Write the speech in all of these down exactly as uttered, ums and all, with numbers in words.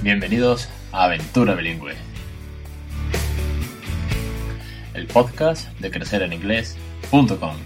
Bienvenidos a Aventura Bilingüe, el podcast de crecer en inglés punto com.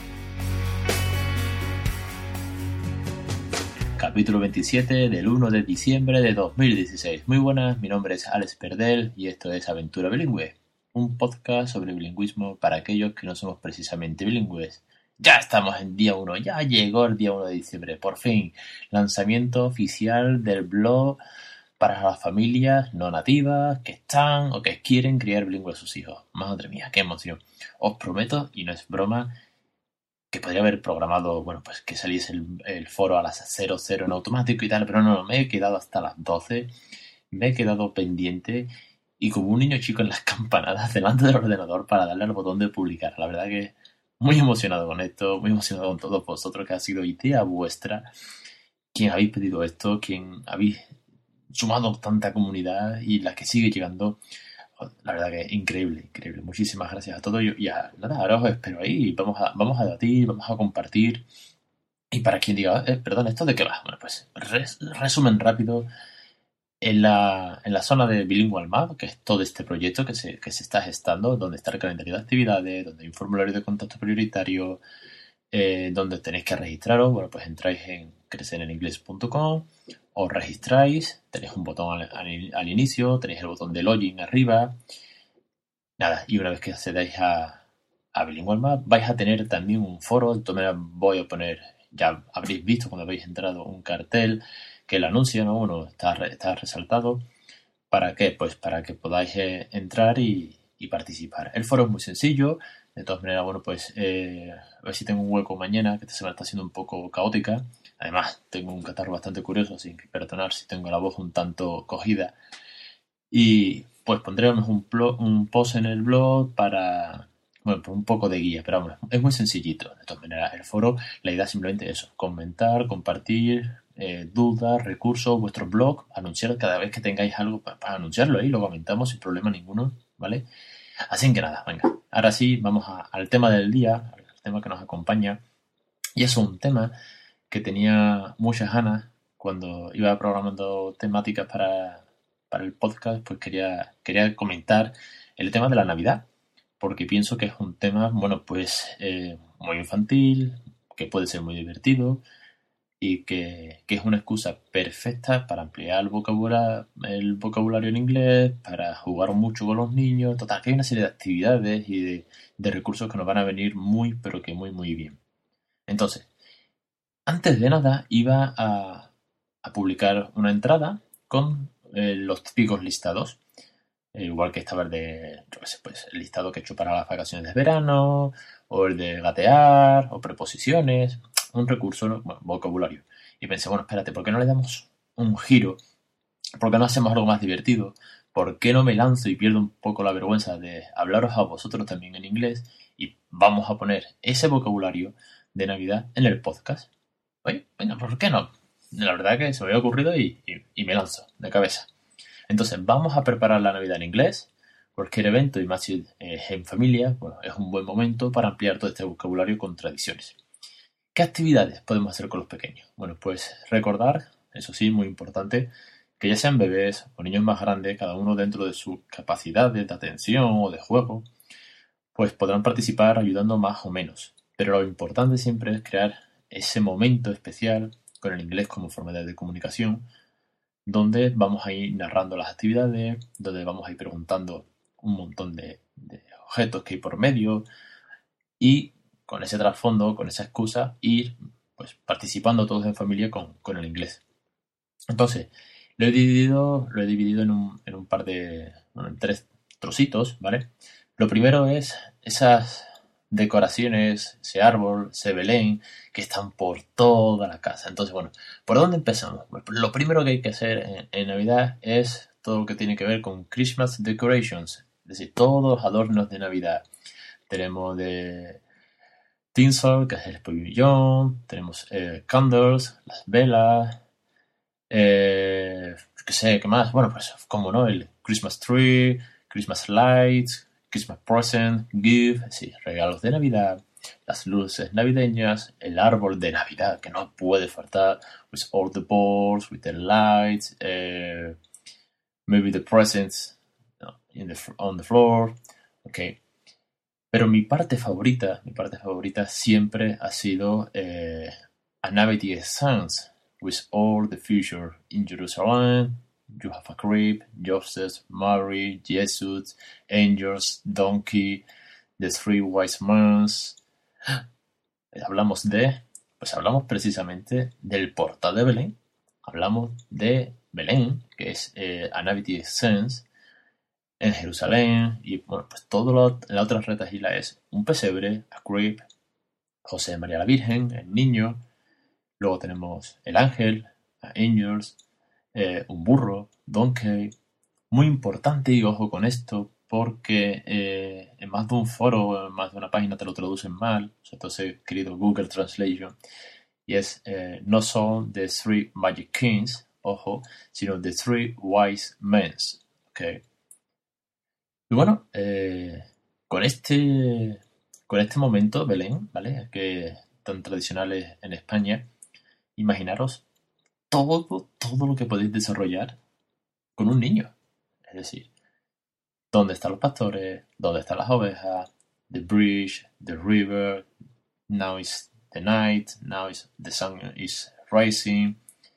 Capítulo veintisiete del uno de diciembre de dos mil dieciséis. Muy buenas, mi nombre es Alex Perdel y esto es Aventura Bilingüe, un podcast sobre bilingüismo para aquellos que no somos precisamente bilingües. Ya estamos en día uno, ya llegó el día uno de diciembre, por fin, lanzamiento oficial del blog para las familias no nativas que están o que quieren criar bilingüe a sus hijos. Madre mía, qué emoción. Os prometo, y no es broma, que podría haber programado, bueno, pues que saliese el, el foro a las cero cero en automático y tal, pero no, me he quedado hasta las doce, me he quedado pendiente y como un niño chico en las campanadas delante del ordenador para darle al botón de publicar. La verdad que muy emocionado con esto, muy emocionado con todos vosotros, que ha sido idea vuestra, quien habéis pedido esto, quien habéis sumado tanta comunidad y la que sigue llegando. La verdad que es increíble, increíble. Muchísimas gracias a todos y a, nada, ahora os espero ahí. Vamos a, vamos a debatir, vamos a compartir. Y para quien diga, eh, perdón, ¿esto de qué va? Bueno, pues res, resumen rápido. En la, en la zona de Bilingual Map, que es todo este proyecto que se, que se está gestando, donde está el calendario de actividades, donde hay un formulario de contacto prioritario, eh, donde tenéis que registraros, bueno, pues entráis en crecer en inglés punto com, os registráis, tenéis un botón al, al, al inicio, tenéis el botón de login arriba, nada, y una vez que accedáis a, a Bilingual Map, vais a tener también un foro. De todas maneras voy a poner, ya habréis visto cuando habéis entrado, un cartel que el anuncio, ¿no? Bueno, está, está resaltado. ¿Para qué? Pues para que podáis eh, entrar y, y participar. El foro es muy sencillo. De todas maneras, bueno, pues eh, a ver si tengo un hueco mañana, que esta semana está siendo un poco caótica. Además, tengo un catarro bastante curioso, así que perdonar si tengo la voz un tanto cogida. Y pues pondremos un, plo- un post en el blog para, bueno, pues un poco de guía, pero vamos, es muy sencillito. De todas maneras, el foro, la idea es simplemente eso, comentar, compartir, eh, dudas, recursos, vuestro blog, anunciar cada vez que tengáis algo para, para anunciarlo ahí, lo comentamos sin problema ninguno, ¿vale? Así que nada, venga, ahora sí, vamos a, al tema del día, al tema que nos acompaña, y es un tema que tenía muchas ganas cuando iba programando temáticas para, para el podcast, pues quería, quería comentar el tema de la Navidad, porque pienso que es un tema, bueno, pues eh, muy infantil, que puede ser muy divertido y que, que es una excusa perfecta para ampliar el vocabulario, el vocabulario en inglés, para jugar mucho con los niños. Total, que hay una serie de actividades y de, de recursos que nos van a venir muy, pero que muy, muy bien. Entonces, antes de nada, iba a, a publicar una entrada con eh, los típicos listados. Eh, igual que estaba el de, yo qué sé, pues el listado que he hecho para las vacaciones de verano, o el de gatear, o preposiciones, un recurso, ¿no? Bueno, vocabulario. Y pensé, bueno, espérate, ¿por qué no le damos un giro? ¿Por qué no hacemos algo más divertido? ¿Por qué no me lanzo y pierdo un poco la vergüenza de hablaros a vosotros también en inglés? Y vamos a poner ese vocabulario de Navidad en el podcast. Oye, venga, ¿por qué no? La verdad que se me había ocurrido y, y, y me lanzo de cabeza. Entonces, vamos a preparar la Navidad en inglés. Cualquier evento, y más si es en familia, bueno, es un buen momento para ampliar todo este vocabulario con tradiciones. ¿Qué actividades podemos hacer con los pequeños? Bueno, pues recordar, eso sí, muy importante, que ya sean bebés o niños más grandes, cada uno dentro de sus capacidades de atención o de juego, pues podrán participar ayudando más o menos. Pero lo importante siempre es crear ese momento especial con el inglés como forma de comunicación, donde vamos a ir narrando las actividades, donde vamos a ir preguntando un montón de, de objetos que hay por medio y con ese trasfondo, con esa excusa, ir pues participando todos en familia con, con el inglés. Entonces, lo he dividido, lo he dividido en un, en un par de, bueno, en tres trocitos, ¿vale? Lo primero es esas decoraciones, ese árbol, ese Belén, que están por toda la casa. Entonces, bueno, ¿por dónde empezamos? Pues lo primero que hay que hacer en, en Navidad es todo lo que tiene que ver con Christmas decorations, es decir, todos los adornos de Navidad. Tenemos de tinsel, que es el pabellón, tenemos eh, candles, las velas, eh, qué sé, qué más. Bueno, pues como no, el Christmas tree, Christmas lights, Christmas present, gift, sí, regalos de Navidad, las luces navideñas, el árbol de Navidad que no puede faltar, with all the balls, with the lights, eh, maybe the presents in the, on the floor, okay. Pero mi parte favorita, mi parte favorita siempre ha sido eh, A Nativity Scenes, with all the future in Jerusalem. You have a crib, Joseph, Mary, Jesus, angels, donkey, the three wise men. Hablamos de, pues hablamos precisamente del portal de Belén. Hablamos de Belén, que es eh, A Nativity Scenes, en Jerusalén, y bueno, pues todo lo, la otra retahíla es un pesebre, a crib, José María la Virgen, el niño, luego tenemos el ángel, a angels, eh, un burro, donkey, muy importante, y ojo con esto, porque eh, en más de un foro, en más de una página te lo traducen mal, o sea, entonces querido Google Translation, y es, eh, no son the three magic kings, ojo, sino the three wise men, ok. Y bueno, eh, con este con este momento, Belén, ¿vale? Que tan tradicionales en España, imaginaros todo, todo lo que podéis desarrollar con un niño. Es decir, ¿dónde están los pastores? ¿Dónde están las ovejas? The bridge, the river, now is the night, now is the sun is rising.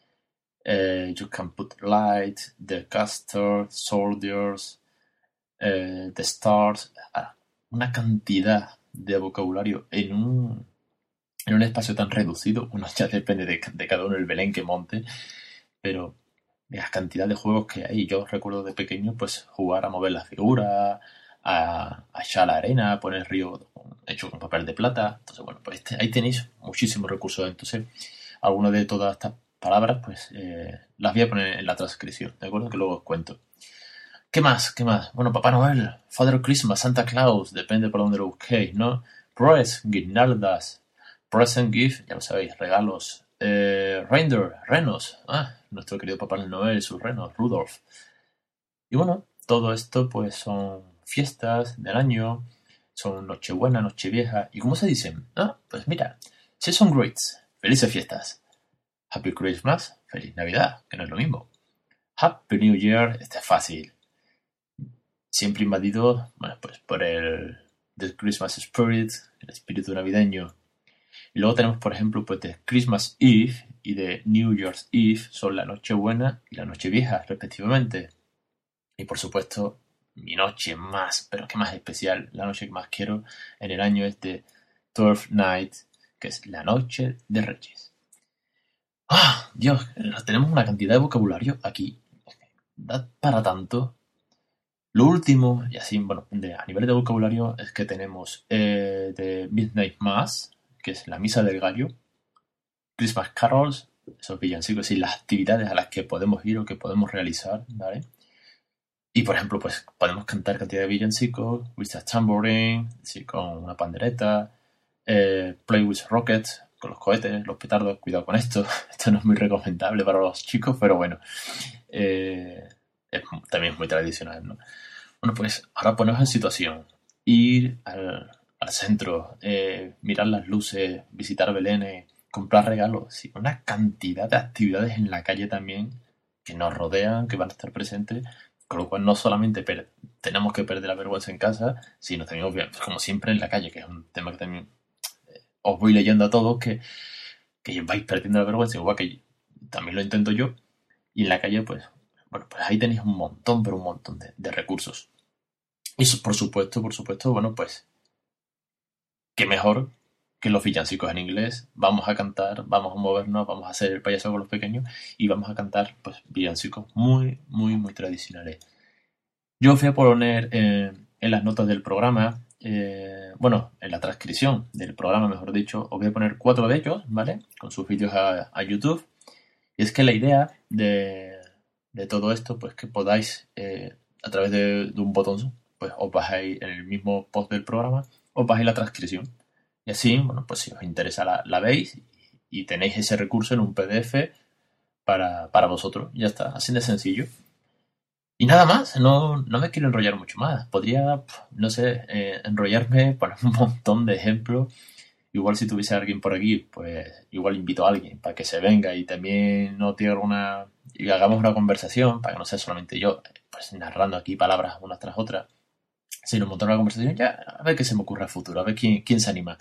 Uh, you can put light, the caster, soldiers, uh, the stars. Ah, una cantidad de vocabulario en un, en un espacio tan reducido. Bueno, ya depende de, de cada uno el Belén que monte, pero la cantidad de juegos que hay. Yo recuerdo de pequeño pues jugar a mover las figuras, a, a echar la arena, a poner el río hecho con papel de plata. Entonces, bueno, pues este, ahí tenéis muchísimos recursos. Entonces, algunas de todas estas palabras pues eh, las voy a poner en la transcripción, ¿de acuerdo? Que luego os cuento. ¿Qué más? ¿Qué más? Bueno, Papá Noel, Father Christmas, Santa Claus, depende por dónde lo busquéis, ¿no? Presents, guirnaldas, present gift, ya lo sabéis, regalos. Eh, reindeer, renos, ah, nuestro querido Papá Noel, sus renos, Rudolph. Y bueno, todo esto pues son fiestas del año, son Nochebuena, Nochevieja, ¿y cómo se dicen? Ah, pues mira, Season Greets, felices fiestas. Happy Christmas, feliz Navidad, que no es lo mismo. Happy New Year, este es fácil. Siempre invadido, bueno, pues por el The Christmas Spirit, el espíritu navideño. Y luego tenemos, por ejemplo, pues de Christmas Eve y de New Year's Eve, son la Nochebuena y la Nochevieja, respectivamente. Y por supuesto, mi noche más, pero que más especial, la noche que más quiero en el año es de Twelfth Night, que es la noche de Reyes. ¡Ah! Dios, tenemos una cantidad de vocabulario aquí. Da para tanto. Lo último, y así, bueno, de, a nivel de vocabulario, es que tenemos eh, de Midnight Mass, que es la misa del gallo, Christmas Carols, esos villancicos y las actividades a las que podemos ir o que podemos realizar, ¿vale? Y, por ejemplo, pues podemos cantar cantidad de villancicos, with a tambourine, sí, con una pandereta, eh, play with rockets, con los cohetes, los petardos, cuidado con esto, esto no es muy recomendable para los chicos, pero bueno, eh, es, también es muy tradicional, ¿no? Bueno, pues ahora ponemos en situación, ir al, al centro, eh, mirar las luces, visitar Belén, comprar regalos, sí, una cantidad de actividades en la calle también que nos rodean, que van a estar presentes, con lo cual no solamente per- tenemos que perder la vergüenza en casa, sino también, obviamente, como siempre, en la calle, que es un tema que también eh, os voy leyendo a todos, que, que vais perdiendo la vergüenza, igual que también lo intento yo, y en la calle, pues, bueno, pues ahí tenéis un montón, pero un montón de, de recursos. Y eso, por supuesto, por supuesto, bueno, pues, qué mejor que los villancicos en inglés. Vamos a cantar, vamos a movernos, vamos a hacer el payaso con los pequeños y vamos a cantar, pues, villancicos muy, muy, muy tradicionales. Yo os voy a poner eh, en las notas del programa, eh, bueno, en la transcripción del programa, mejor dicho, os voy a poner cuatro de ellos, ¿vale? Con sus vídeos a, a YouTube. Y es que la idea de, de todo esto, pues que podáis, eh, a través de, de un botón, pues os bajáis en el mismo post del programa, os bajáis la transcripción. Y así, bueno, pues si os interesa la, la veis y, y tenéis ese recurso en un P D F para, para vosotros. Ya está, así de sencillo. Y nada más, no, no me quiero enrollar mucho más. Podría, no sé, eh, enrollarme, poner un montón de ejemplos. Igual si tuviese alguien por aquí, pues igual invito a alguien para que se venga y también nos diga una y hagamos una conversación para que no sea solamente yo. pues narrando aquí palabras unas tras otras, sino montar una conversación ya a ver qué se me ocurre al futuro, a ver quién, quién se anima.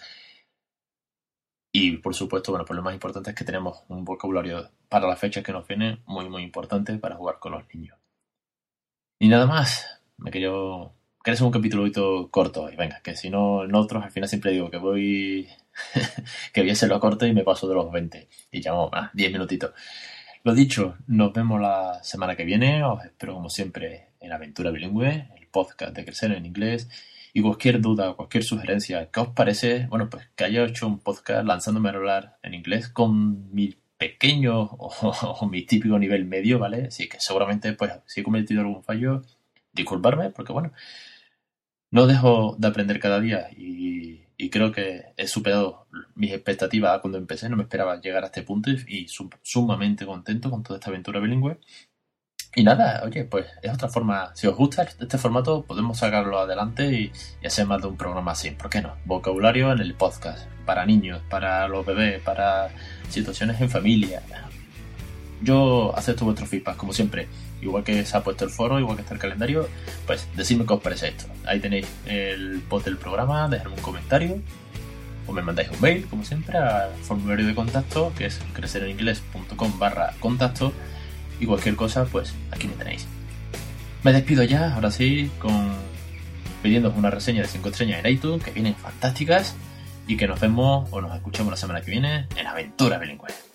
Y por supuesto, bueno, pues lo más importante es que tenemos un vocabulario para las fechas que nos vienen muy, muy importante para jugar con los niños. Y nada más, me quería... Quería hacer un capítulo corto hoy, venga, que si no, en otros al final siempre digo que voy... que voy a hacerlo corto y me paso de los veinte. Y llamo ah, diez minutitos. Lo dicho, nos vemos la semana que viene. Os espero como siempre en Aventura Bilingüe, el podcast de Crecer en Inglés. Y cualquier duda, cualquier sugerencia, ¿qué os parece? Bueno, pues que haya hecho un podcast lanzándome a hablar en inglés con mi pequeño o, o mi típico nivel medio, ¿vale? Así que seguramente, pues, si he cometido algún fallo, disculparme, porque bueno, no dejo de aprender cada día y, y creo que he superado mis expectativas cuando empecé. No me esperaba llegar a este punto y, y sum, sumamente contento con toda esta aventura bilingüe. Y nada, oye, pues es otra forma. Si os gusta este formato, podemos sacarlo adelante y, y hacer más de un programa así. ¿Por qué no? Vocabulario en el podcast, para niños, para los bebés, para situaciones en familia. Yo acepto vuestro feedback, como siempre. Igual que se ha puesto el foro, igual que está el calendario, pues decidme qué os parece esto. Ahí tenéis el post del programa, dejadme un comentario o me mandáis un mail, como siempre, al formulario de contacto, que es crecereninglés.com barra contacto, y cualquier cosa, pues aquí me tenéis. Me despido ya, ahora sí, con pidiéndoos una reseña de cinco estrellas en iTunes, que vienen fantásticas, y que nos vemos o nos escuchamos la semana que viene en Aventura Bilingüe.